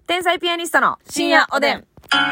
天才ピアニストの深夜おでん。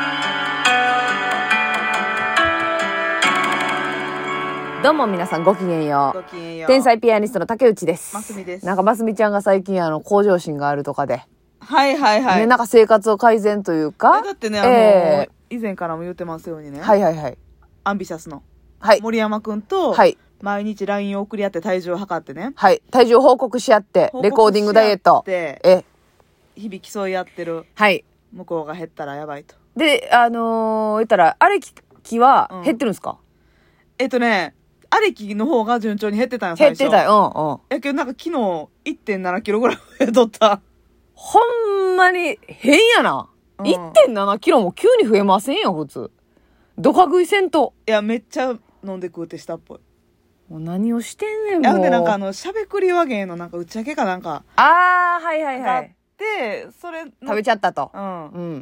どうも皆さんごきげんよう。天才ピアニストの竹内です。 ますみです。 なんかますみちゃんが最近向上心があるとかで。 はいはいはい。 ね、なんか生活を改善というか。 だってね、以前からも言ってますようにね。 はいはいはい。 アンビシャスの。 はい。 森山くんと。 はい。 毎日 LINE を送り合って体重を測ってね。 はい。体重報告し合って、レコーディングダイエット。 日々競い合ってる。 はい。 向こうが減ったらやばいと。 で、言ったら、アレキは減ってるんですか？ アレキの方が順調に減ってたんよ、 最初。減ってたよ。 やけどなんか昨日 1.7 キロぐらい増えとった。 ほんまに変やな。1.7 キロも急に増えませんよ、普通。どか食いせんと。 いや、めっちゃ飲んで食うてしたっぽい。 もう何をしてんねん、もう。 いや、で、なんかしゃべくり和芸のなんか打ち上げかなんか。 はいはいはい。 で、それ食べちゃったと。 うん。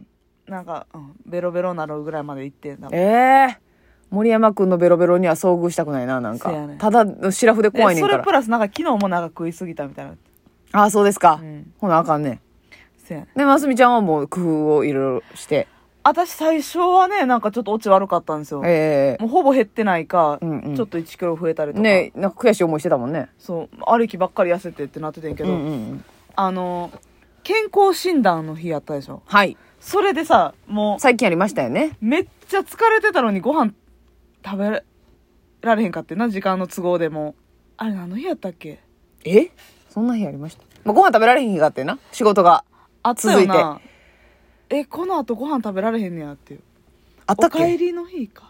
なんか、ベロベロなるぐらいまで行ってんだ。 森山くんのベロベロには遭遇したくないな、なんか。ね、ただのシラフで怖いねんから。 それプラスなんか昨日もなんか食いすぎたみたいな。 ああ、そうですか。ほなあかんね。で、ますみちゃんはもう工夫をいろいろして。 私最初はね、なんかちょっとオチ悪かったんですよ。もうほぼ減ってないか、ちょっと1キロ増えたりとか。 ね、なんか悔しい思いしてたもんね。 そう。歩きばっかり痩せてってなっててんけど、健康診断の日やったでしょ。 はい。 それでさ、もう。 最近ありましたよね。 めっちゃ疲れてたのにご飯食べられへんかってな、時間の都合でも。あれ何の日やったっけ？ そんな日ありました。ご飯食べられへん日があってな。仕事が続いて。 この後ご飯食べられへんねやっていう。 あったっけ？ お帰りの日か。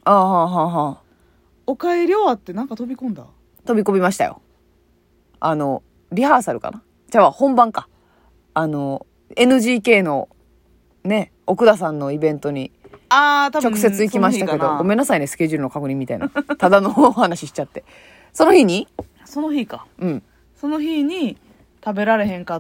お帰り終わってなんか飛び込んだ？ 飛び込みましたよ。リハーサルかな？じゃあ本番か。NGK のね、奥田さんのイベントに直接行きましたけど、ごめんなさいね、スケジュールの確認みたいな。ただのお話しちゃって。その日にその日に食べられへんかって、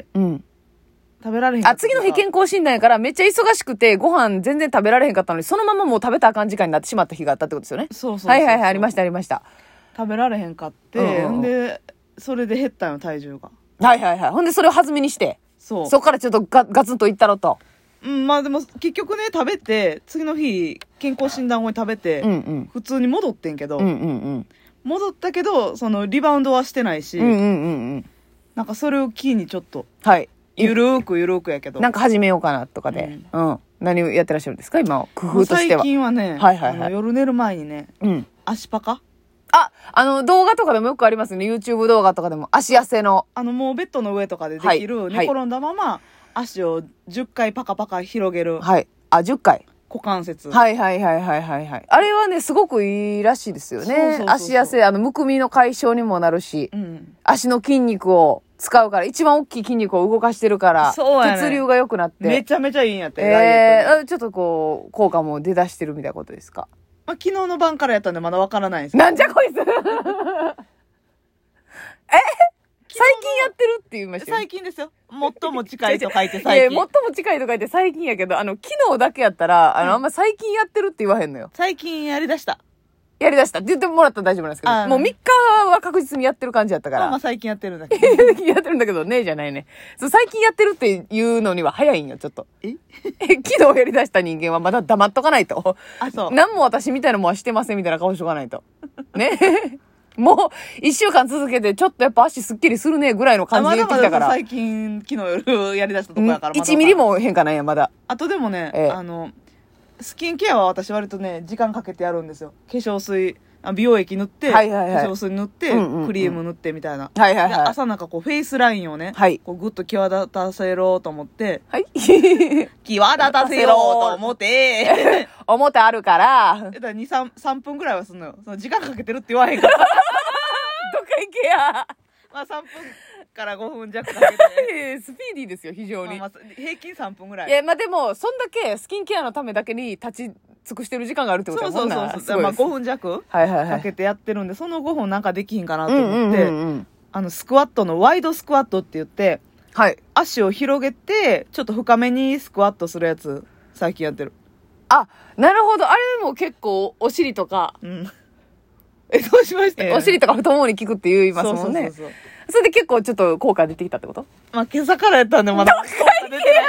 食べられへんかった。 次の日健康診断やからめっちゃ忙しくてご飯全然食べられへんかったのに、そのままもう食べたらあかん時間になってしまった日があったってことですよね。 そう。 はいはいはい、ありましたありました。 食べられへんかって、で、それで減ったよ、体重が。 はいはいはい。ほんでそれを弾みにして、そこからちょっとガツンといったろと。 まあでも結局ね、食べて、次の日、健康診断後に食べて、普通に戻ってんけど、戻ったけど、リバウンドはしてないし、なんかそれを機にちょっと、ゆるーくやけど。 なんか始めようかなとかで。何をやってらっしゃるんですか今、工夫としては。 最近はね、夜寝る前にね、足パカ？ 動画とかでもよくありますね。YouTube 動画とかでも、足痩せの。 もうベッドの上とかでできる、寝転んだまま、足を10回パカパカ広げる。 10回。 股関節。 あれはね、すごくいいらしいですよね。足痩せ、むくみの解消にもなるし、足の筋肉を使うから、一番大きい筋肉を動かしてるから、血流が良くなって。 めちゃめちゃいいんやって。 ちょっとこう、効果も出だしてるみたいなことですか？ 昨日の晩からやったんでまだわからないんです。 なんじゃこいつ最近やってるって言いましたよ。 最近ですよ。最も近いと書いて最近。 最も近いと書いて最近やけど、昨日だけやったら、あんま最近やってるって言わへんのよ。 最近やりだしたって言ってもらったら大丈夫なんですけど、もう3日は確実にやってる感じやったから。 最近やってるんだけど。 やってるんだけどね、じゃないね。最近やってるっていうのには早いんよ、ちょっと。昨日やりだした人間はまだ黙っとかないと。何も私みたいなもんはしてませんみたいな顔しとかないと。ね。もう、1週間続けて、ちょっとやっぱ足すっきりするね、ぐらいの感じで言ってきたから。 最近、昨日夜やりだしたとこやから。 1ミリも変化ないや、まだ。 あとでもね、スキンケアは私割とね、時間かけてやるんですよ。化粧水、美容液塗って、化粧水塗って、クリーム塗ってみたいな。朝なんかこう、フェイスラインをね、こうグッと際立たせろと思って、際立たせろと思って、 表あるから、 3分ぐらいはすんのよ。時間かけてるって言わへんから。 どっか行けや。 3分から5分弱かけて。 スピーディーですよ、非常に。 平均3分ぐらい。 いや、でも、そんだけスキンケアのためだけに立ち尽くしてる時間があるってことだもんな。 そう。5分弱かけてやってるんで、その5分なんかできひんかなと思って、スクワットのワイドスクワットって言って、足を広げて、ちょっと深めにスクワットするやつ、最近やってる。 なるほど。あれも結構、お尻とか。 どうしました？ お尻とか太ももに効くって言いますもんね。それで結構ちょっと効果出てきたってこと？ 今朝からやったんでまだ効果出てないん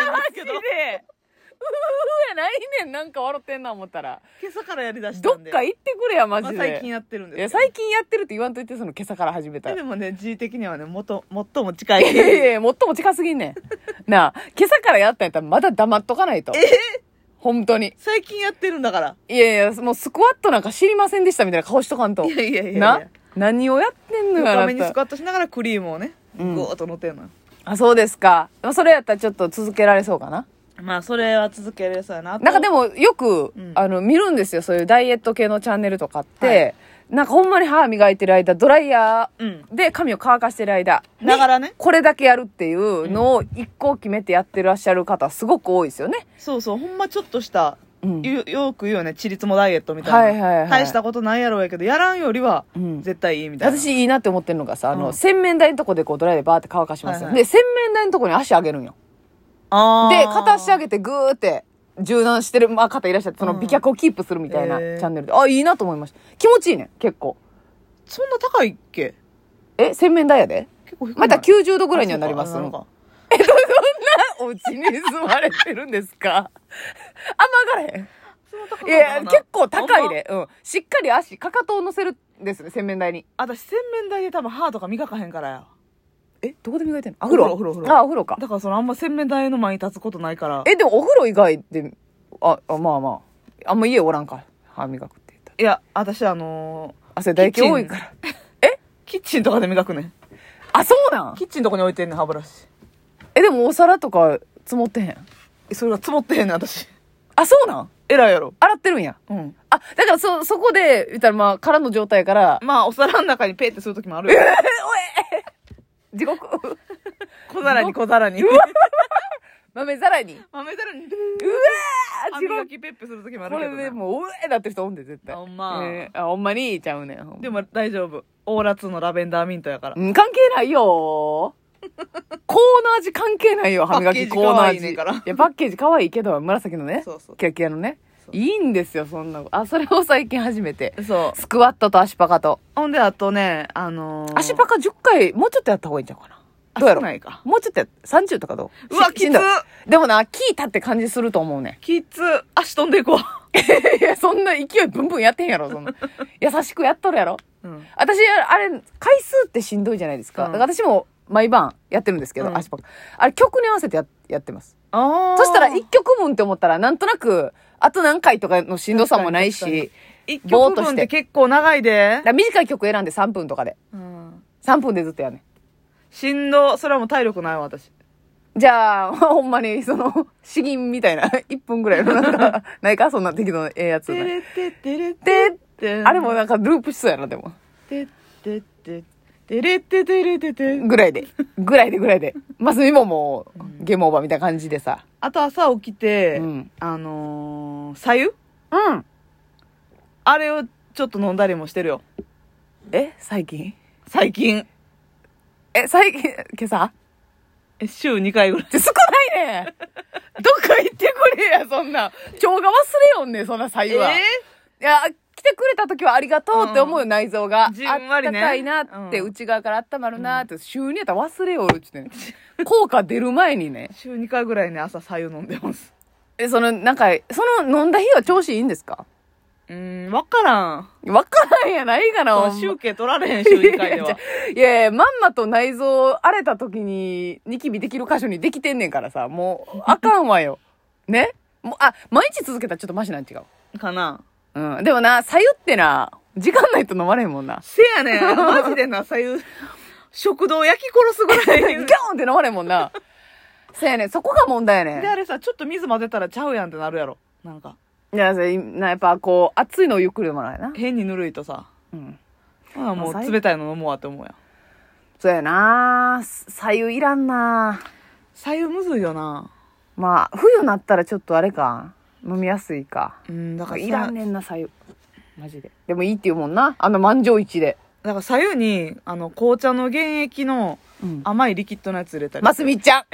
ど。 やないねん。なんか笑ってんな思ったら。 今朝からやりだしたんで。 どっか行ってくれや、マジで。 最近やってるんです。 いや、最近やってるって言わんといて、その今朝から始めた。 でもね、G 的にはね、最も近い。 いやいや、最も近すぎんねん。なあ、今朝からやったんやったらまだ黙っとかないと。本当に。 最近やってるんだから。 いやいや、もうスクワットなんか知りませんでしたみたいな顔しとかんと。 いやいやいやな何をやってんのよ、あなた。 画面にスクワットしながらクリームをね、ぐーっと乗ってんのよ。 あ、そうですか。それやったらちょっと続けられそうかな。 まあ、それは続けられそうやな。 なんかでもよく、見るんですよ。そういうダイエット系のチャンネルとかって、なんかほんまに歯磨いてる間、ドライヤーで髪を乾かしてる間、 ながらね。 これだけやるっていうのを一個決めてやってらっしゃる方すごく多いですよね。 そうそう、ほんまちょっとした、よく言うよね、ちりつもダイエットみたいな。大したことないやろうやけど、やらんよりは、絶対いいみたいな。 私いいなって思ってるのがさ、洗面台のとこでこうドライでバーって乾かしますよ。で、洗面台のとこに足上げるんよ。で、片足上げてグーって柔軟してる方いらっしゃって、その美脚をキープするみたいなチャンネルで。あ、いいなと思いました。気持ちいいね、結構。 そんな高いっけ？ 洗面台やで？ 結構低い。 また90度ぐらいにはなります。どんなお家に住まれてるんですか？あんま上がれへん。いや、結構高いで。しっかり足、かかとを乗せるんですね、洗面台に。 私、洗面台で多分歯とか磨かへんからや。 どこで磨いてんの？お風呂。あ、お風呂か。 だからあんま洗面台の前に立つことないから。 でもお風呂以外で、まあまあ、あんま家おらんから、歯磨くって言ったら。 いや、私それ唾液多いから。 キッチンとかで磨くね。 あ、そうなん？ キッチンとかに置いてんねん、歯ブラシ。 でもお皿とか積もってへん。 それが積もってへんねん、私。 あ、そうなん？ 偉いやろ。 洗ってるんや。だからそこで、言ったらまあ、空の状態から。 まあ、お皿の中にペーってするときもあるよ。 地獄。 小皿に。 豆皿に。 うわー歯磨きペッペするときもあるけどな。 これでもう、なってる人おんで、絶対。 ほんま。 ほんまにちゃうねん。 でも大丈夫。オーラ2のラベンダーミントやから。 関係ないよ。コーナ味関係ないよ、歯磨きコーナ味。いや、パッケージ可愛いけど、紫のね。キラキラのね。いいんですよ、そんな。それを最近初めて。 そう。 スクワットと足パカと。 ほんで、あとね、 足パカ10回、もうちょっとやった方がいいんちゃうかな。どうやろ？ ないか。 もうちょっと30とかどう？ うわ、きつ！ でもな、聞いたって感じすると思うね。 きつ！足飛んでいこう。 いや、そんな勢いブンブンやってんやろ、そんな。優しくやっとるやろ。私、あれ、回数ってしんどいじゃないですか。だから私も毎晩やってるんですけど、足パカ。あれ、曲に合わせてやってます。そしたら1曲分って思ったら、なんとなく、あと何回とかのしんどさもないし、 1曲分って結構長いで。 短い曲選んで3分とかで。3分でずっとやんねん。 しんど、それはもう体力ないわ、私。 じゃあ、ほんまに、詩吟みたいな、1分ぐらいのなんか、ないかそんな適度なやつ。 てれててれてて、あれもなんかループしそうやな、でも。 ててて、てれててれてて。 ぐらいで。マスミもゲームオーバーみたいな感じでさ。 あと朝起きて、白湯？あれをちょっと飲んだりもしてるよ。 最近？ 最近。 今朝？ 週2回ぐらい。 少ないね。どっか行ってくれや、そんな。腸が忘れよんねん、そんな白湯は。いや、来てくれた時はありがとうって思うよ、内臓が。 じんわりね。 あったかいなって、内側から温まるなって、週にやったら忘れよるって言ってね。効果出る前にね。 週2回ぐらいね、朝白湯飲んでます。 なんか、飲んだ日は調子いいんですか？ わからんやないかな。 集計取られへん、週2回では。 いやまんまと内臓荒れた時にニキビできる箇所にできてんねんからさ、もう、あかんわよ。ね？毎日続けたらちょっとマシなん違う。 かな。 でもな、白湯ってな、時間ないと飲まれへんもんな。 せやねん。マジでな、白湯。食堂焼き殺すぐらい。 ギャーンって飲まれへんもんな。せやねん、そこが問題やねん。 で、あれさ、ちょっと水混ぜたらちゃうやんってなるやろ。なんか。 いや、やっぱこう、熱いのをゆっくり飲まないな。 変にぬるいとさ。もう冷たいの飲もうわって思うやん。 そうやな。白湯いらんな。 白湯むずいよな。 まあ、冬になったらちょっとあれか。飲みやすいか。 だからいらんねんな、白湯。マジで。でもいいって言うもんな。満場一致で。 だから白湯に、紅茶の原液の甘いリキッドのやつ入れたり。 ますみちゃん。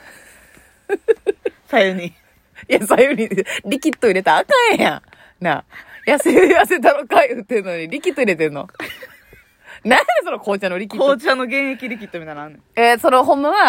白湯に。 いや、左右にリキッド入れたらあかんやん。なあ。痩せたろか言ってんのに、リキッド入れてんの。何やその紅茶のリキッド。 紅茶の原液リキッドみたいなのあんねん。 ほんまは、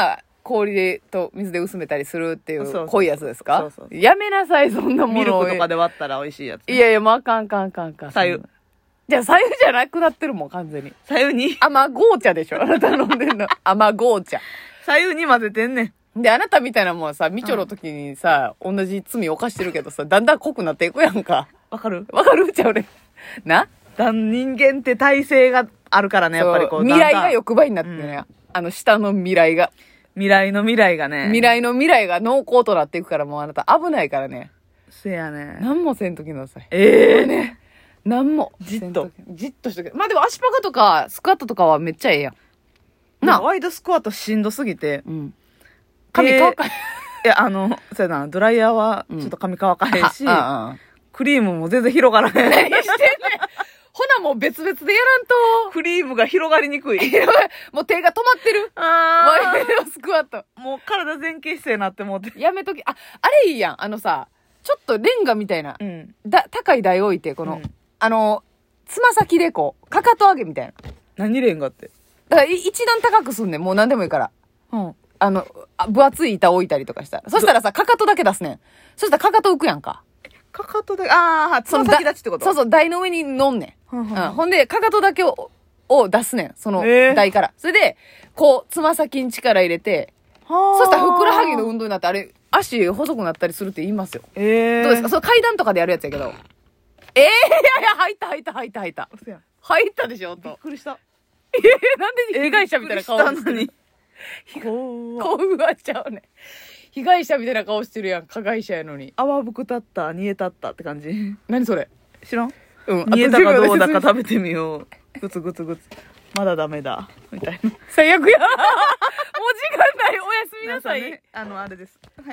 氷でと水で薄めたりするっていそうそうう濃いやつですか？ そうそうやめなさい、そんなものを。 ミルクとかで割ったら美味しいやつ。 いやいや、もうあかん。 左右。 じゃあ、左右じゃなくなってるもん、完全に。 左右に甘紅茶でしょ、あなた飲んでんの。甘紅茶。 左右に混ぜてんねん。 で、あなたみたいなもんはさ、みちょの時にさ、同じ罪犯してるけどさ、だんだん濃くなっていくやんか。 わかるちゃうね。な人間って体勢があるからね、やっぱりこう。 未来が欲張りになってね、下の未来が。 未来の未来がね。 未来の未来が濃厚となっていくから、もうあなた危ないからね。 せやね。 なんもせんときなさい。 ね。 なんも。 じっとしとけ。まあでも足パカとか、スクワットとかはめっちゃええやん。 ワイドスクワットしんどすぎて。 髪乾かへん。 いや、そうやな、ドライヤーはちょっと髪乾かへんし、クリームも全然広がらへん。 何してんねん。ほなもう別々でやらんと。 クリームが広がりにくい。 もう手が止まってる。ワイドスクワット。 もう体前傾姿勢になってもうて。 やめとき。あれいいやん。さ、ちょっとレンガみたいな。高い台置いて、この、つま先でこう、かかと上げみたいな。 何レンガって。 だから一段高くすんねん。もう何でもいいから。分厚い板置いたりとかしたら。そしたらさ、かかとだけ出すねん。そしたらかかと浮くやんか。 かかとだけ、つま先立ちってこと？ そうそう、台の上に乗んねん。ほんで、かかとだけを出すねん。その台から。それで、こう、つま先に力入れて、そしたらふくらはぎの運動になって、あれ、足細くなったりするって言いますよ。どうですか？その階段とかでやるやつやけど。いや、入った。入ったでしょ、 びっくりした。 なんで被害者みたいな顔してるのに。興奮はしちゃうね。被害者みたいな顔してるやん、加害者やのに。 泡ぶく立った、煮え立ったって感じ。 何それ？ 知らん？ 煮えたかどうだか食べてみよう。グツ。まだダメだ。みたいな。 最悪や。もう時間ない。おやすみなさい。 あれです。